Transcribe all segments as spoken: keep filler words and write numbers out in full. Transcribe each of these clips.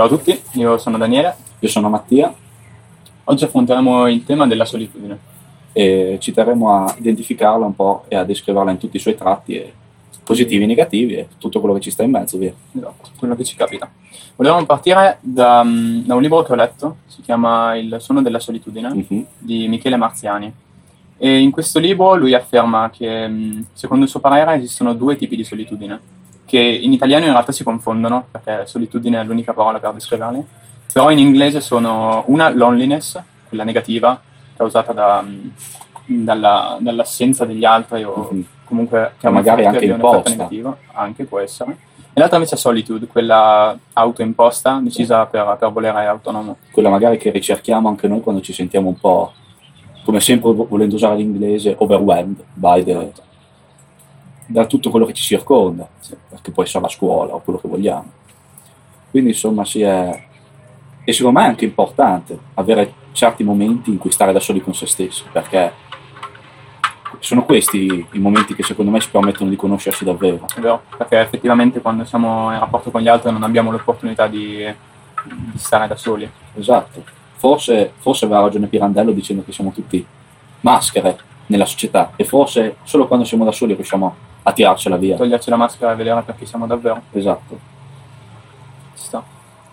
Ciao a tutti, io sono Daniele. Io sono Mattia. Oggi affronteremo il tema della solitudine. E ci terremo a identificarla un po' e a descriverla in tutti i suoi tratti, e positivi, negativi e tutto quello che ci sta in mezzo, via. Esatto, quello che ci capita. Volevamo partire da, da un libro che ho letto, si chiama Il sonno della solitudine, Mhm. di Michele Marziani. E in questo libro lui afferma che, mh, secondo il suo parere, esistono due tipi di solitudine, che in italiano in realtà si confondono, perché solitudine è l'unica parola per descriverli, però in inglese sono una loneliness, quella negativa, causata da, mh, dalla- dall'assenza degli altri o Mhm. comunque Che magari anche abbia un effetto imposta. negativo, anche può essere. E l'altra invece è solitude, quella autoimposta, decisa per, per volere autonomo. Quella magari che ricerchiamo anche noi quando ci sentiamo un po', come sempre volendo usare l'inglese, overwhelmed by the, da tutto quello che ci circonda, perché può essere la scuola o quello che vogliamo. Quindi insomma si è... E secondo me è anche importante avere certi momenti in cui stare da soli con se stessi, perché sono questi i momenti che secondo me ci permettono di conoscersi davvero. È vero, perché effettivamente quando siamo in rapporto con gli altri non abbiamo l'opportunità di, di stare da soli. Esatto. Forse, forse aveva ragione Pirandello dicendo che siamo tutti maschere nella società, e forse solo quando siamo da soli riusciamo a tirarcela via. Toglierci la maschera e vedere per chi siamo davvero. Esatto. Ci sta.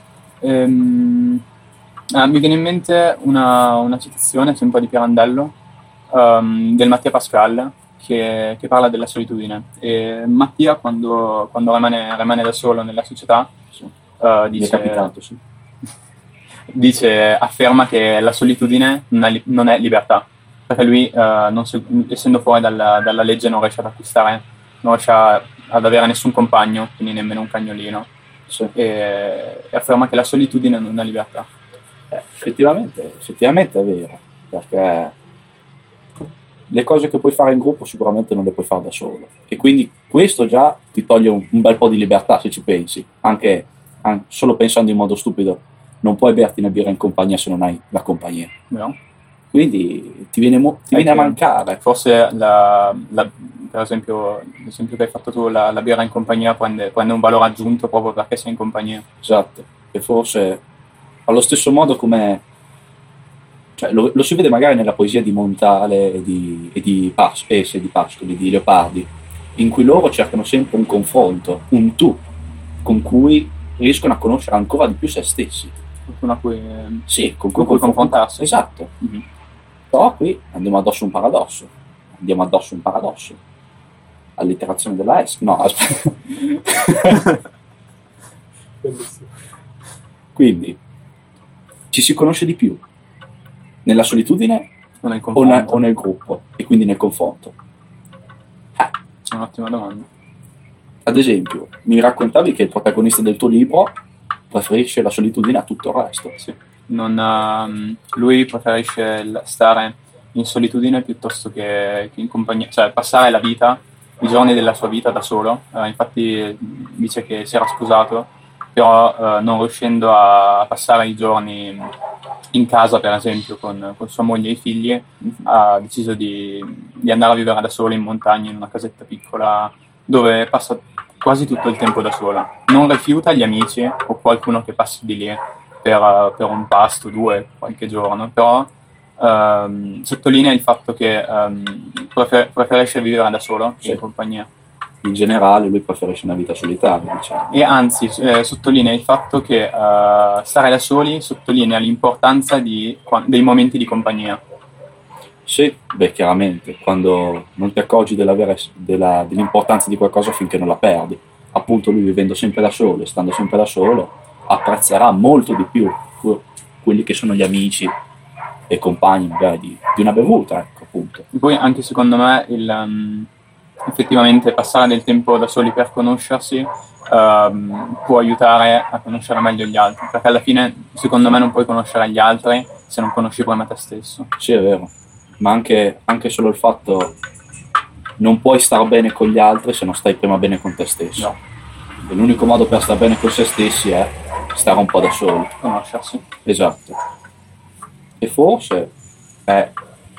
Ehm, ah, mi viene in mente una, una citazione sempre di Pirandello, ehm, del Mattia Pascal, che, che parla della solitudine. E Mattia, quando, quando rimane, rimane da solo nella società, Sì. eh, Mi è dice, capitato, sì. dice, afferma che la solitudine non è, li- non è libertà, perché lui, eh, non si- essendo fuori dalla, dalla legge, non riesce ad acquistare, non riesce a- ad avere nessun compagno, quindi nemmeno un cagnolino, Sì. e, e afferma che la solitudine non è libertà. Eh, effettivamente, effettivamente è vero, perché le cose che puoi fare in gruppo sicuramente non le puoi fare da solo, e quindi questo già ti toglie un, un bel po' di libertà, se ci pensi, anche, an- solo pensando in modo stupido, non puoi berti una birra in compagnia se non hai la compagnia, No? quindi ti viene, mo- ti viene a Anche- mancare. Forse, la, la- per esempio, l'esempio che hai fatto tu, la, la birra in compagnia prende, prende un valore aggiunto proprio perché sei in compagnia. Esatto, e forse allo stesso modo come, cioè, lo, lo si vede magari nella poesia di Montale e di, e di, Pas- eh, sì, di Pascoli, di Leopardi, in cui loro cercano sempre un confronto, un tu, con cui riescono a conoscere ancora di più se stessi. Qualcuno a cui, Sì, con con cui cui confrontarsi. Esatto. Mhm. Però qui andiamo addosso un paradosso. Andiamo addosso un paradosso. Allitterazione della S. No, aspetta. Quindi ci si conosce di più nella solitudine O nel o, na- confronto. o nel gruppo, e quindi nel confronto. Eh, È un'ottima domanda. ad esempio, mi raccontavi che il protagonista del tuo libro preferisce la solitudine a tutto il resto. Sì. Non, ehm, lui preferisce il- stare in solitudine piuttosto che, che in compagnia, cioè passare la vita, i giorni della sua vita da solo. Eh, infatti dice che si era sposato, però eh, non riuscendo a passare i giorni in casa, per esempio, con, con sua moglie e i figli, ha deciso di, di andare a vivere da solo in montagna, in una casetta piccola, dove passa quasi tutto il tempo da sola. Non rifiuta gli amici o qualcuno che passi di lì per, per un pasto, due, qualche giorno, però ehm, sottolinea il fatto che ehm, prefer- preferisce vivere da solo che Sì. in compagnia. In generale lui preferisce una vita solitaria, diciamo. E anzi, eh, sottolinea il fatto che eh, stare da soli sottolinea l'importanza di, qua- dei momenti di compagnia. Sì, beh, chiaramente, quando non ti accorgi della vera- della- dell'importanza di qualcosa finché non la perdi. Appunto lui, vivendo sempre da solo e stando sempre da solo, apprezzerà molto di più que- quelli che sono gli amici e compagni magari di, di una bevuta, ecco, appunto. E poi anche secondo me il, um, effettivamente passare del tempo da soli per conoscersi um, può aiutare a conoscere meglio gli altri, perché alla fine secondo me non puoi conoscere gli altri se non conosci prima te stesso. Sì, è vero, ma anche, anche solo il fatto non puoi star bene con gli altri se non stai prima bene con te stesso. No, E l'unico modo per stare bene con se stessi è stare un po' da soli. conoscersi. Esatto. E forse è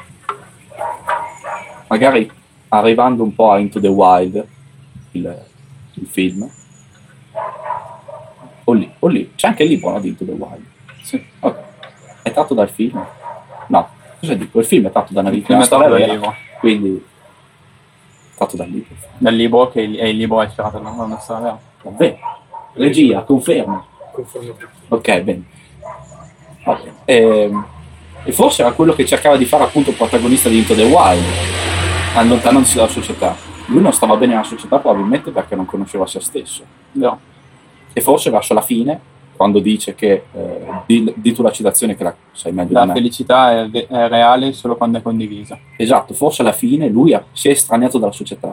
magari arrivando un po' a Into the Wild, il, il film, o lì, o lì. C'è anche il libro, no, di Into the Wild. Sì. Okay. È tratto dal film? No, cosa dico? Il film è tratto da una, Il da una film è tratto storia dal vera, libro. quindi tratto dal libro. Dal libro, che il, è il libro è ispirato da una storia vera. Davvero? Regia, conferma. Confermo tutto. Ok, bene. Va bene. Ehm, E forse era quello che cercava di fare appunto il protagonista di Into the Wild, allontanandosi dalla società. Lui non stava bene nella società probabilmente perché non conosceva se stesso. No. E forse verso la fine, quando dice che eh, di, di tu la citazione che la sai meglio La di me. felicità è, è reale solo quando è condivisa. Esatto, forse alla fine lui ha, si è estraniato dalla società.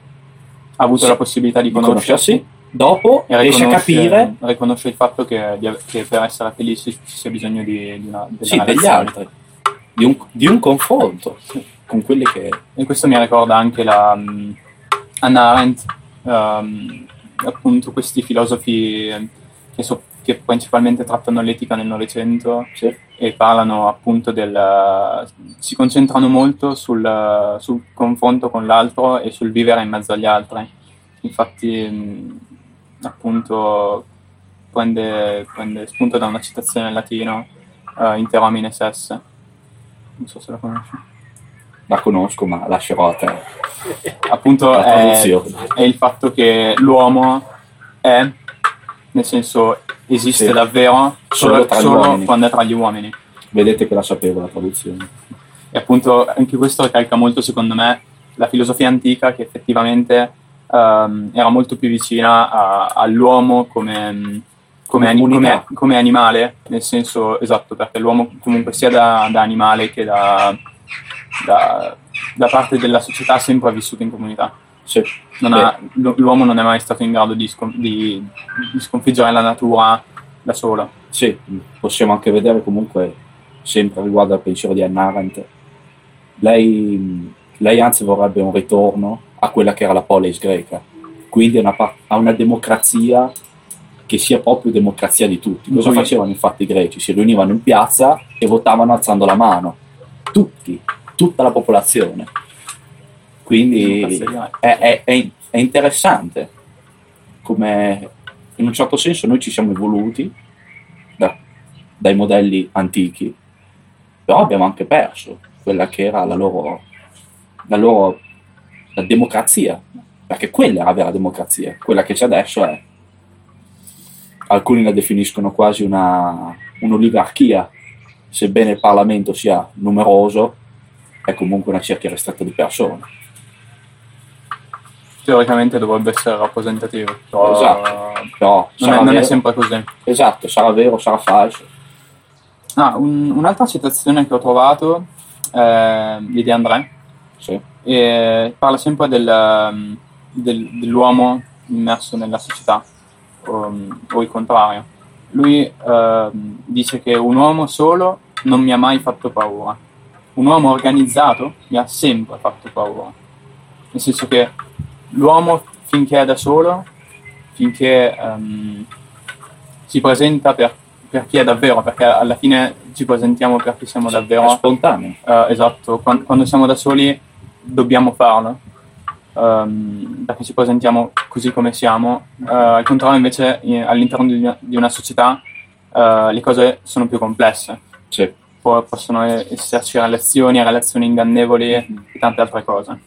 Ha avuto Sì. la possibilità di, Di conoscersi, conoscersi, dopo e riesce a riconosce, capire riconosce il fatto che, di- che per essere felici ci sia bisogno di, di una della sì, degli relazione. altri, di un, di un confronto con quelli che... E questo mi ricorda anche la um, Hannah Arendt, um, appunto questi filosofi che, so, che principalmente trattano l'etica nel Novecento Sì. e parlano appunto del... si concentrano molto sul, sul confronto con l'altro e sul vivere in mezzo agli altri. Infatti mh, appunto prende, prende spunto da una citazione in latino, uh, Inter homines esse. Non so se la conosci. La conosco, ma lascerò a te Appunto la è, traduzione. è il fatto che l'uomo è, nel senso esiste Sì. davvero Solo solo, tra gli solo uomini. quando è tra gli uomini. Vedete che la sapevo la traduzione. E appunto anche questo ricalca molto, secondo me, la filosofia antica, che effettivamente ehm, era molto più vicina a- all'uomo come, come, ani- Comunità. come- come animale, nel senso esatto, perché l'uomo comunque sia da, da animale che da, da, da parte della società sempre ha vissuto in comunità. Sì. Non Beh, ha- l'u- l'uomo non è mai stato in grado di, scon- di- di sconfiggere la natura da solo. sì, possiamo anche vedere comunque, sempre riguardo al pensiero di Hannah Arendt, lei, lei anzi vorrebbe un ritorno a quella che era la polis greca, quindi a una, pa- a una democrazia che sia proprio democrazia di tutti. Cosa Sì. facevano infatti i greci? Si riunivano in piazza e votavano alzando la mano, tutti, tutta la popolazione. Quindi Democrazia. è, è- è- è interessante come in un certo senso noi ci siamo evoluti da- dai modelli antichi, però abbiamo anche perso quella che era la loro, la loro la democrazia, perché quella era la vera democrazia. Quella che c'è adesso è, alcuni la definiscono quasi una, un'oligarchia, sebbene il Parlamento sia numeroso, è comunque una cerchia ristretta di persone. Teoricamente dovrebbe essere rappresentativo, però Esatto. Però non, sarà è, non è vero- sempre così. Esatto, sarà vero, sarà falso. Ah, un- un'altra citazione che ho trovato è di De André, Sì. e parla sempre del, um, del- dell'uomo immerso nella società, o, o il contrario. Lui ehm, dice che un uomo solo non mi ha mai fatto paura, un uomo organizzato mi ha sempre fatto paura. Nel senso che l'uomo, finché è da solo, finché ehm, si presenta per, per chi è davvero, perché alla fine ci presentiamo per chi siamo È davvero. spontaneo. Eh, esatto, quando, quando siamo da soli dobbiamo farlo, ehm, perché ci presentiamo così come siamo. Eh, al contrario, invece, in- all'interno di una, di una società eh, le cose sono più complesse. Sì. Può- possono esserci relazioni, relazioni ingannevoli e tante altre cose.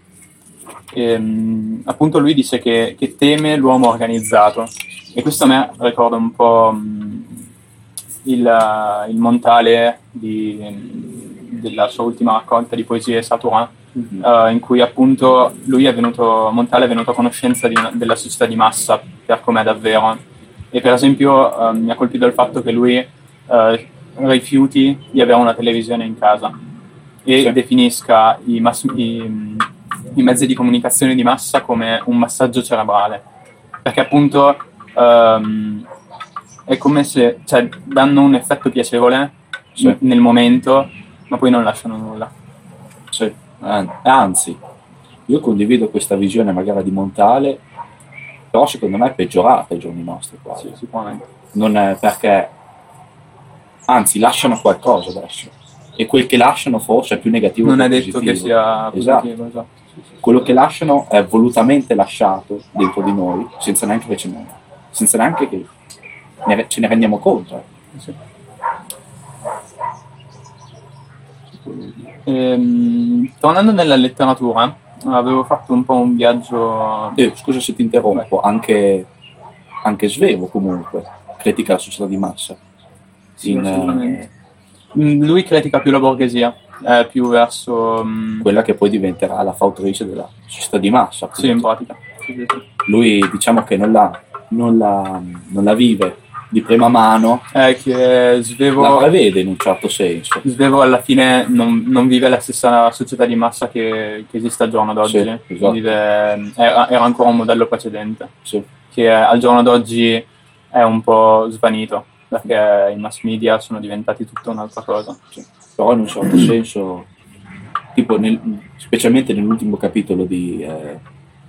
E, appunto lui dice che, che teme l'uomo organizzato, e questo a me ricorda un po' mh, il, il Montale di, della sua ultima raccolta di poesie Saturin, Mhm. eh, in cui appunto lui è venuto, Montale è venuto a conoscenza di una- della società di massa per com'è davvero, e per esempio eh, mi ha colpito il fatto che lui eh, rifiuti di avere una televisione in casa e Sì. definisca i, mass- i- i mezzi di comunicazione di massa come un massaggio cerebrale, perché appunto ehm, è come se, cioè, danno un effetto piacevole Sì. nel momento, ma poi non lasciano nulla. Sì. An- Anzi, io condivido questa visione magari di Montale, però secondo me è peggiorata ai giorni nostri qua. Sì, sicuramente. Non è perché, anzi, lasciano qualcosa adesso, e quel che lasciano forse è più negativo Non che è detto positivo. che sia Esatto. positivo, esatto. Sì, sì. Quello che lasciano è volutamente lasciato dentro di noi, senza neanche che ce ne- senza neanche che ne, ce ne rendiamo conto. Eh. Sì. Ehm, tornando nella letteratura, avevo fatto un po' un viaggio... Eh, scusa se ti interrompo, anche, anche Svevo comunque critica la società di massa. Sì, In, assolutamente. Lui critica più la borghesia, è più verso... um, quella che poi diventerà la fautrice della società di massa. Appunto. Sì, in pratica. Sì, sì, sì. Lui diciamo che non la, non la, non la vive di prima mano, È che Svevo... la prevede in un certo senso. Svevo alla fine non, non vive la stessa società di massa che, che esiste al giorno d'oggi. Sì, esatto. Vive, era, era ancora un modello precedente, Sì. che al giorno d'oggi è un po' svanito, perché i mass media sono diventati tutta un'altra cosa. Sì. Però in un certo senso, tipo nel, specialmente nell'ultimo capitolo di, eh,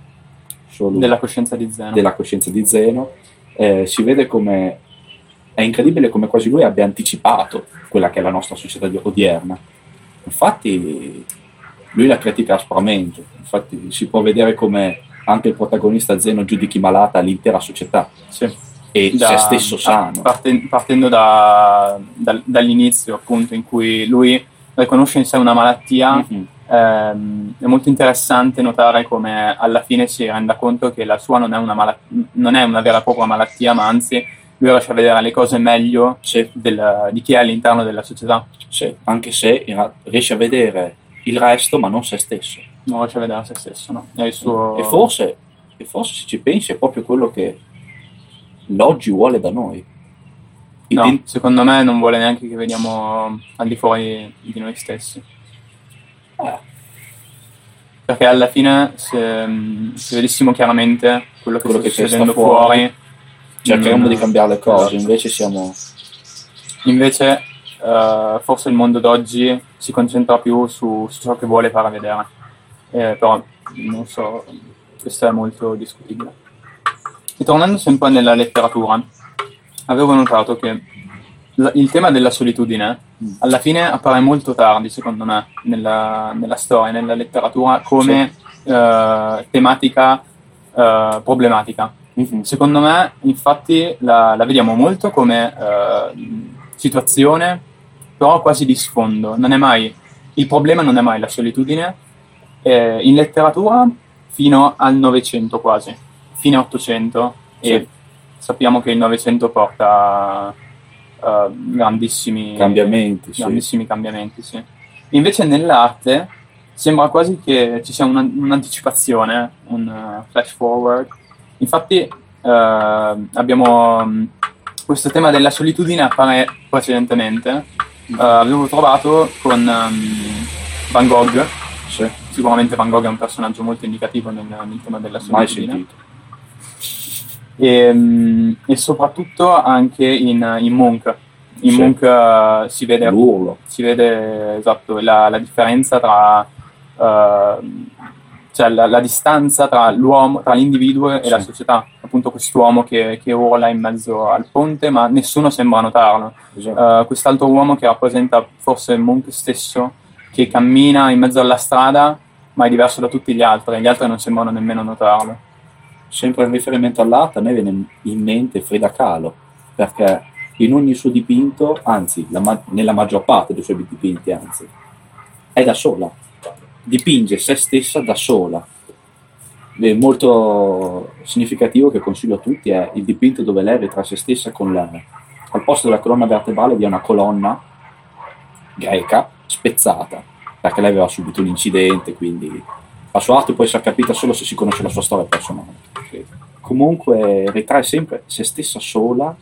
solo Della coscienza di Zeno. della coscienza di Zeno, eh, si vede come è incredibile come quasi lui abbia anticipato quella che è la nostra società odierna. Infatti lui la critica aspramente, infatti si può vedere come anche il protagonista Zeno giudichi malata l'intera società. Sì. E Da, se stesso sano. Parten, partendo da, da, dall'inizio, appunto, in cui lui riconosce in sé una malattia, mm-hmm. ehm, è molto interessante notare come alla fine si renda conto che la sua non è una, malat- non è una vera e propria malattia, ma anzi lui riesce a vedere le cose meglio sì. del, di chi è all'interno della società. Sì, anche se riesce a vedere il resto, ma non se stesso. Non riesce a vedere se stesso, no? È il suo... E forse, e forse se ci pensi è proprio quello che l'oggi vuole da noi. No, in... secondo me non vuole neanche che veniamo al di fuori di noi stessi. Eh. Perché alla fine, se, se vedessimo chiaramente quello che quello sta che succedendo sta fuori, fuori, cercheremo mh, di cambiare le cose, esatto. invece siamo... Invece, uh, forse il mondo d'oggi si concentra più su, su ciò che vuole far vedere. Eh, però, non so, questo è molto discutibile. E tornando sempre nella letteratura, avevo notato che l- il tema della solitudine alla fine appare molto tardi, secondo me, nella, nella storia, nella letteratura, come sì. eh, tematica eh, problematica. Mm-hmm. Secondo me, infatti, la, la vediamo molto come eh, situazione, però quasi di sfondo. Non è mai, il problema non è mai la solitudine. Eh, in letteratura fino al Novecento quasi. Fine Ottocento, sì. E sappiamo che il Novecento porta uh, grandissimi cambiamenti, grandissimi sì. cambiamenti, sì. Invece nell'arte sembra quasi che ci sia una, un'anticipazione, un uh, flash forward. Infatti uh, abbiamo um, questo tema della solitudine appare precedentemente. Uh, avevo trovato con um, Van Gogh. Sì. Sicuramente Van Gogh è un personaggio molto indicativo nel, nel tema della solitudine. Mai sentito. E, e soprattutto anche in, in Munch. In sì. Munch uh, si vede, L'urlo. si vede esatto, la, la differenza tra uh, cioè la, la distanza tra l'uomo, tra l'individuo e sì. la società. Appunto quest'uomo che, che urla in mezzo al ponte, ma nessuno sembra notarlo. Esatto. Uh, quest'altro uomo che rappresenta forse Munch stesso, che cammina in mezzo alla strada, ma è diverso da tutti gli altri, e gli altri non sembrano nemmeno notarlo. Sempre in riferimento all'arte a me viene in mente Frida Kahlo, perché in ogni suo dipinto, anzi la ma- nella maggior parte dei suoi dipinti, anzi, è da sola, dipinge se stessa da sola. È molto significativo, che consiglio a tutti, è il dipinto dove lei ritrae se stessa con la, al posto della colonna vertebrale vi è una colonna greca spezzata, perché lei aveva subito un incidente, quindi la sua arte può essere capita solo se si conosce la sua storia personale. Sì. Comunque ritrae sempre se stessa sola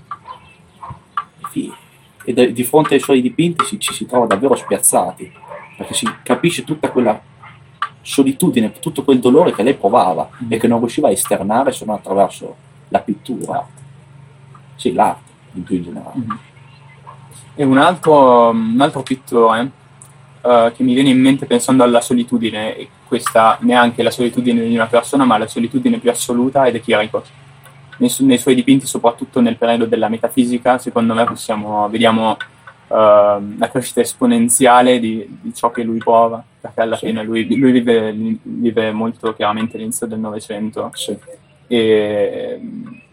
e de- di fronte ai suoi dipinti si, ci si trova davvero spiazzati, perché si capisce tutta quella solitudine, tutto quel dolore che lei provava mm. e che non riusciva a esternare se non attraverso la pittura. Sì, l'arte in più in generale. Mm. E un altro, un altro pittore Uh, che mi viene in mente pensando alla solitudine, e questa neanche la solitudine di una persona, ma la solitudine più assoluta, ed è Chirico. Nei, su- nei suoi dipinti, soprattutto nel periodo della metafisica, secondo me possiamo, vediamo uh, la crescita esponenziale di, di ciò che lui prova, perché alla sì. fine lui, lui vive, vive molto chiaramente l'inizio del Novecento. Sì. E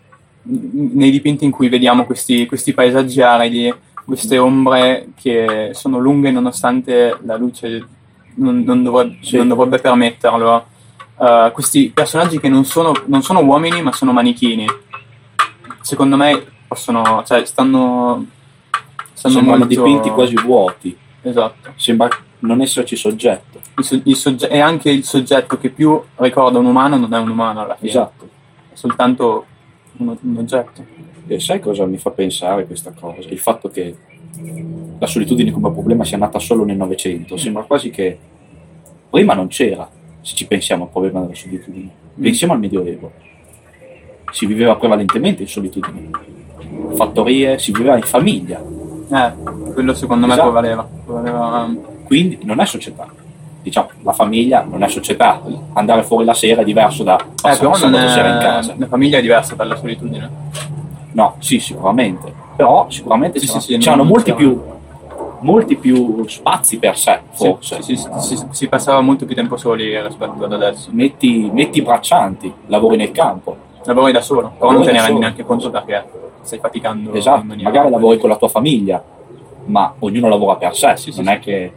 nei dipinti in cui vediamo questi, questi paesaggi aridi, queste ombre che sono lunghe nonostante la luce non, non, dovrebbe, Sì. non dovrebbe permetterlo. Uh, questi personaggi che non sono, non sono uomini ma sono manichini, secondo me possono, cioè stanno, stanno Sembrano molto... dipinti quasi vuoti. Esatto. Sembra non esserci soggetto. Il, so- il sogge- è anche il soggetto che più ricorda un umano non è un umano alla fine, Esatto. è soltanto un, un oggetto. E sai cosa mi fa pensare questa cosa? Il fatto che la solitudine come problema sia nata solo nel Novecento. Sembra quasi che prima non c'era, se ci pensiamo al problema della solitudine. Pensiamo al Medioevo. Si viveva prevalentemente in solitudine. Fattorie, si viveva in famiglia. Eh, quello secondo me Esatto. prevaleva. prevaleva Quindi non è società. Diciamo, la famiglia non è società. Andare fuori la sera è diverso da eh, passare però il non sabato sera in è, casa. la famiglia è diversa dalla solitudine. No, sì, sicuramente. Però sicuramente Sì, c'erano, sì, sì, c'erano non- molti, non più, molti più spazi per sé, forse. Sì, sì, sì, sì, si passava molto più tempo soli rispetto ad adesso. Metti, metti i braccianti, lavori nel campo. Lavori da solo, però Lavori non te da ne rendi solo. neanche conto perché stai faticando in Esatto, maniera... magari lavori con la tua famiglia, ma ognuno lavora per sé, Sì, sì, non sì. è che...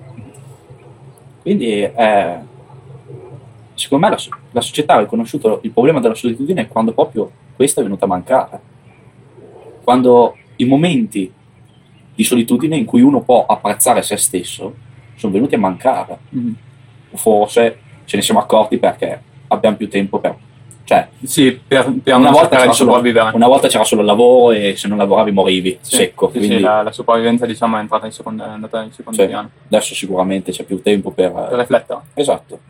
Quindi, eh, secondo me, la, so- la società ha riconosciuto il problema della solitudine quando proprio questa è venuta a mancare. Quando i momenti di solitudine in cui uno può apprezzare se stesso sono venuti a mancare. Mhm. Forse ce ne siamo accorti perché abbiamo più tempo per... Cioè, Sì, per, per una non volta, cercare c'era di solo, sopravvivere. una volta c'era solo il lavoro e se non lavoravi morivi Sì, secco. sì, Quindi sì, la, la sopravvivenza diciamo è entrata in secondo, è andata in secondo sì, piano. adesso sicuramente c'è più tempo per... Per riflettere. Esatto.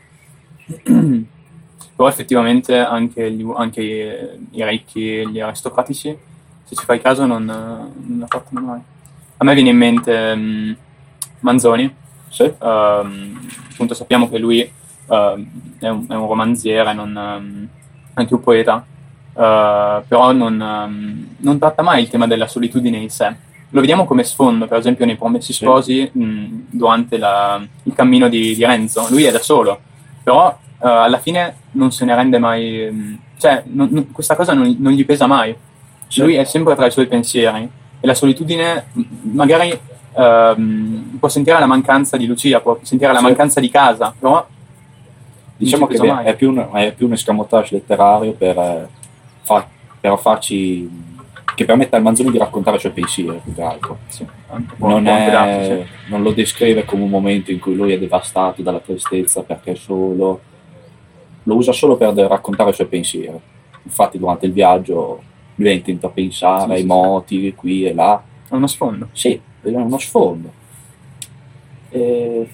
Mhm. Però effettivamente anche, gli, anche i, i ricchi, gli aristocratici, se ci fai caso, non, non la partono mai. A me viene in mente um, Manzoni. Sì. Um, appunto sappiamo che lui uh, è, un, è un romanziere, non, um, anche un poeta, uh, però non, um, non tratta mai il tema della solitudine in sé. Lo vediamo come sfondo, per esempio nei Promessi Sì. Sposi, mh, durante la, il cammino di, di Renzo. Lui è da solo, però uh, alla fine non se ne rende mai, mh, cioè non, non, questa cosa non, non gli pesa mai. Sì. Lui è sempre tra i suoi pensieri e la solitudine mh, magari ehm, può sentire la mancanza di Lucia, può sentire la Sì. mancanza di casa, però Diciamo non che ci pesa mai. è più, un, è più un escamotage letterario per, eh, far- per farci... che permette al Manzoni di raccontare i suoi pensieri, più che altro. Sì, anche, può, Non, può anche è- darsi, sì. non lo descrive come un momento in cui lui è devastato dalla tristezza perché è solo... Lo usa solo per raccontare i suoi pensieri. Infatti durante il viaggio lui è intento a pensare Sì, ai sì, sì. moti qui e là. È uno sfondo. Sì, è uno sfondo. E...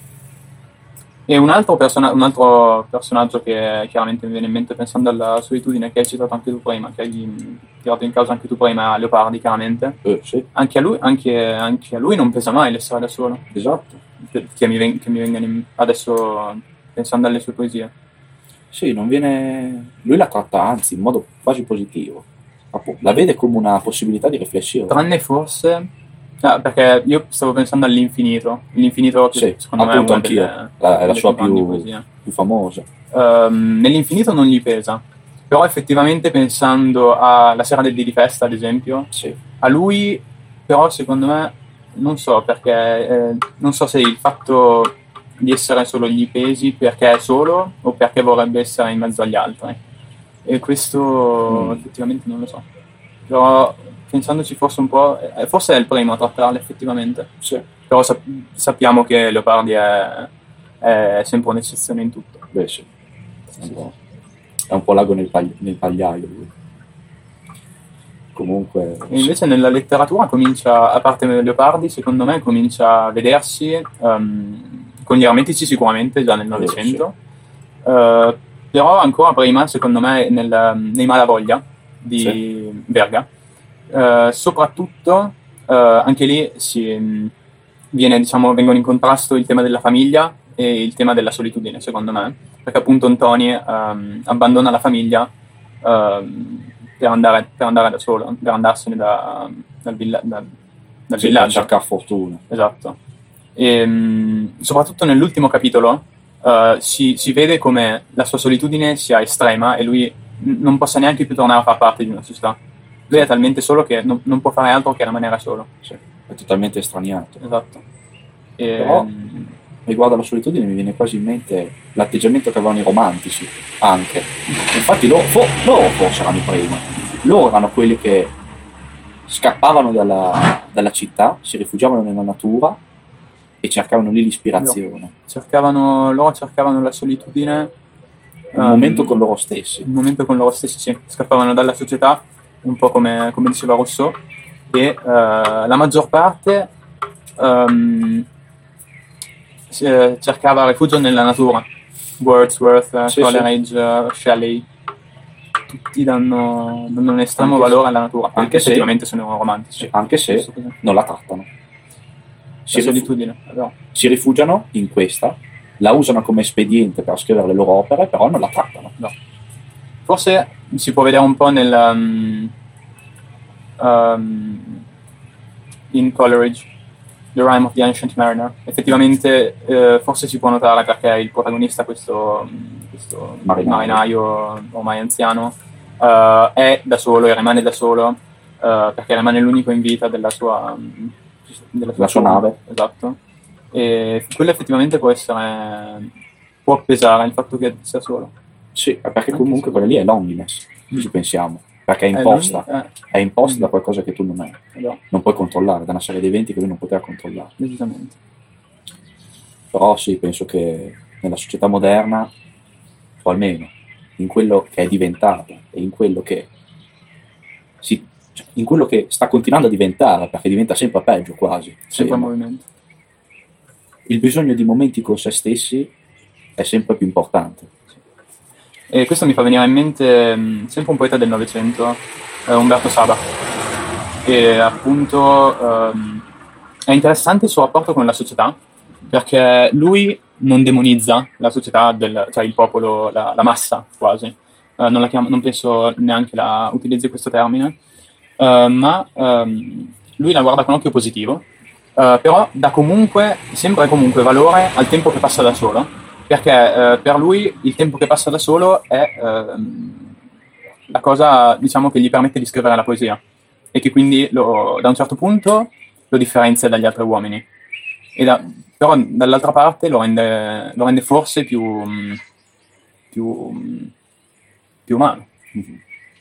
E un altro, persona- un altro personaggio che chiaramente mi viene in mente pensando alla solitudine, che hai citato anche tu prima, che hai tirato in causa anche tu prima, Leopardi, chiaramente. eh, sì, Anche a lui, anche, anche a lui non pesa mai l'essere da solo. esatto. Che mi, ven- che mi vengano in- adesso pensando alle sue poesie. Sì, non viene... Lui la tratta anzi in modo quasi positivo. Appunto, la vede come una possibilità di riflessione. Tranne forse, ah, perché io stavo pensando all'infinito, l'infinito che Sì, secondo me è appunto una anch'io. delle, La- è la delle sua grandi più, poesie. più famosa. Ehm, nell'infinito non gli pesa, però effettivamente pensando alla Sera del dì di festa, ad esempio, Sì, a lui però secondo me, non so perché, eh, non so se il fatto di essere solo gli pesi perché è solo o perché vorrebbe essere in mezzo agli altri. E questo Mm. effettivamente non lo so. Però pensandoci forse un po', eh, forse è il primo a trattarla effettivamente. sì. Però sap- sappiamo che Leopardi è, è sempre un'eccezione in tutto. Beh, sì. È un po', è un po' l'ago nel, pagli- nel pagliaio lui. Comunque... E invece nella letteratura comincia, a parte Leopardi, secondo me comincia a vedersi um, con gli ermetici sicuramente già nel Novecento, uh, però ancora prima, secondo me, nel, nei Malavoglia di Sì. Verga. Uh, soprattutto, uh, anche lì si, viene, diciamo, vengono in contrasto il tema della famiglia e il tema della solitudine, secondo me, perché appunto Antoni um, abbandona la famiglia um, per, andare, per andare da solo, per andarsene da, dal, villa, da, dal Sì, per villaggio. cercare fortuna. Esatto. E, mh, soprattutto nell'ultimo capitolo uh, si, si vede come la sua solitudine sia estrema e lui n- non possa neanche più tornare a far parte di una società. lui è talmente solo che non, non può fare altro che rimanere solo. Sì, è totalmente estraniato. Esatto. E, Però, riguardo alla solitudine, mi viene quasi in mente l'atteggiamento che avevano i romantici, anche. Infatti loro, fo- loro forse erano i primi. Loro erano quelli che scappavano dalla, dalla città, si rifugiavano nella natura e cercavano lì l'ispirazione. cercavano, loro cercavano la solitudine, Un um, momento con loro stessi. un momento con loro stessi, sì. Scappavano dalla società, un po' come, come diceva Rousseau, e uh, la maggior parte um, si- eh, cercava rifugio nella natura. Wordsworth, uh, Sì, Coleridge, uh, Shelley, tutti danno, danno un estremo Anche se- valore alla natura, anche anche se- effettivamente sono romantici. Sì, anche se Giusto così. non la trattano. Si, La rifu- solitudine, però. si rifugiano in questa, la usano come espediente per scrivere le loro opere, però non la trattano. No. Forse si può vedere un po' nel um, um, in Coleridge, The Rime of the Ancient Mariner. Effettivamente eh, forse si può notare perché il protagonista, questo, questo Marinaio. marinaio ormai anziano, eh, è da solo e rimane da solo eh, perché rimane l'unico in vita della sua, della La sua forma. nave. Esatto. E quello effettivamente può essere, può pesare il fatto che sia solo. Sì, perché comunque quella lì è loneliness, se ci pensiamo, perché è Eh, imposta, lui- eh, è imposta da qualcosa che tu non hai, no, non puoi controllare, da una serie di eventi che lui non poteva controllare. decisamente. Però sì, penso che nella società moderna, o almeno in quello che è diventato e in quello che si, cioè, in quello che sta continuando a diventare, perché diventa sempre peggio quasi, Sempre sembra, in movimento. il bisogno di momenti con se stessi è sempre più importante. E questo mi fa venire in mente mh, sempre un poeta del Novecento, eh, Umberto Saba. E appunto ehm, è interessante il suo rapporto con la società, perché lui non demonizza la società, del, cioè il popolo, la, la massa quasi. Eh, non, la chiama, non penso neanche la utilizzi questo termine, eh, ma ehm, lui la guarda con occhio positivo, eh, però dà comunque, sempre comunque valore al tempo che passa da solo, perché eh, per lui il tempo che passa da solo è ehm, la cosa, diciamo, che gli permette di scrivere la poesia e che quindi lo- da un certo punto lo differenzia dagli altri uomini. E da- però dall'altra parte lo rende, lo rende forse più, mh, più, mh, più umano. Mhm.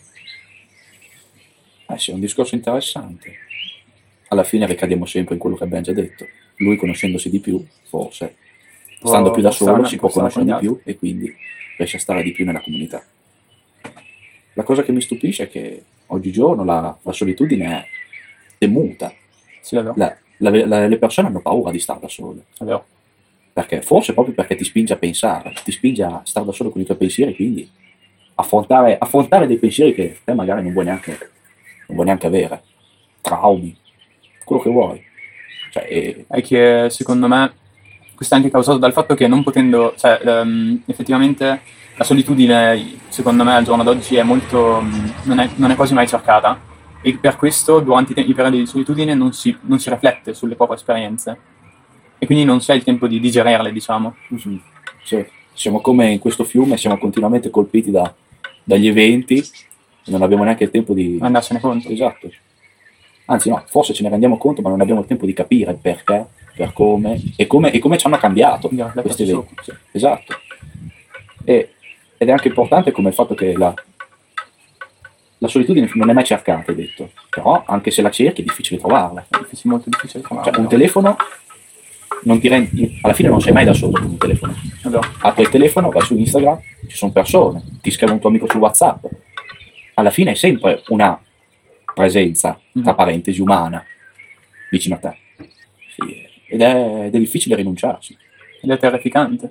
Eh sì, è un discorso interessante. Alla fine ricadiamo sempre in quello che abbiamo già detto. Lui, conoscendosi di più, forse, stando più da può stare- solo, si può può stare conoscere di con gli più e quindi riesce a stare di più nella comunità. La cosa che mi stupisce è che oggigiorno la, la solitudine è temuta. Sì, è vero, La- la- la- le persone hanno paura di stare da sole. è vero. Perché? Forse proprio perché ti spinge a pensare, ti spinge a stare da solo con i tuoi pensieri, quindi affrontare, affrontare dei pensieri che te magari non vuoi neanche, non vuoi neanche avere, traumi, quello che vuoi. Cioè, e- È che secondo me questo è anche causato dal fatto che non potendo, cioè ehm, effettivamente la solitudine secondo me al giorno d'oggi è molto, mh, non è, non è quasi mai cercata e per questo durante i, te- i periodi di solitudine non si, non si riflette sulle proprie esperienze e quindi non si ha il tempo di digerirle, diciamo. Mhm. Sì, siamo come in questo fiume, siamo continuamente colpiti da- dagli eventi e non abbiamo neanche il tempo di... Andarsene conto. Esatto. Anzi no, forse ce ne rendiamo conto, ma non abbiamo il tempo di capire perché, per come e come, e come ci hanno cambiato Di rifletterci questi eventi. sopra. Sì, esatto. E- ed è anche importante come il fatto che la, la solitudine non è mai cercata, hai detto, però anche se la cerchi è difficile trovarla. È difficile- molto difficile trovarlo. Cioè un telefono, non ti rendi, alla fine non sei mai da solo con un telefono. È vero. Apri il telefono, vai su Instagram, ci sono persone, ti scrive un tuo amico su WhatsApp. Alla fine è sempre una presenza, tra Mhm. parentesi, umana vicino a te. Sì, ed, è, ed è difficile rinunciarci. Ed è terrificante.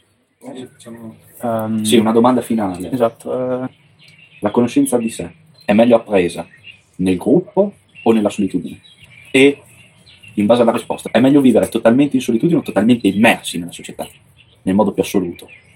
Ehm, Sì, una domanda finale. Esatto. eh, La conoscenza di sé è meglio appresa nel gruppo o nella solitudine? E, in base alla risposta, è meglio vivere totalmente in solitudine o totalmente immersi nella società, nel modo più assoluto?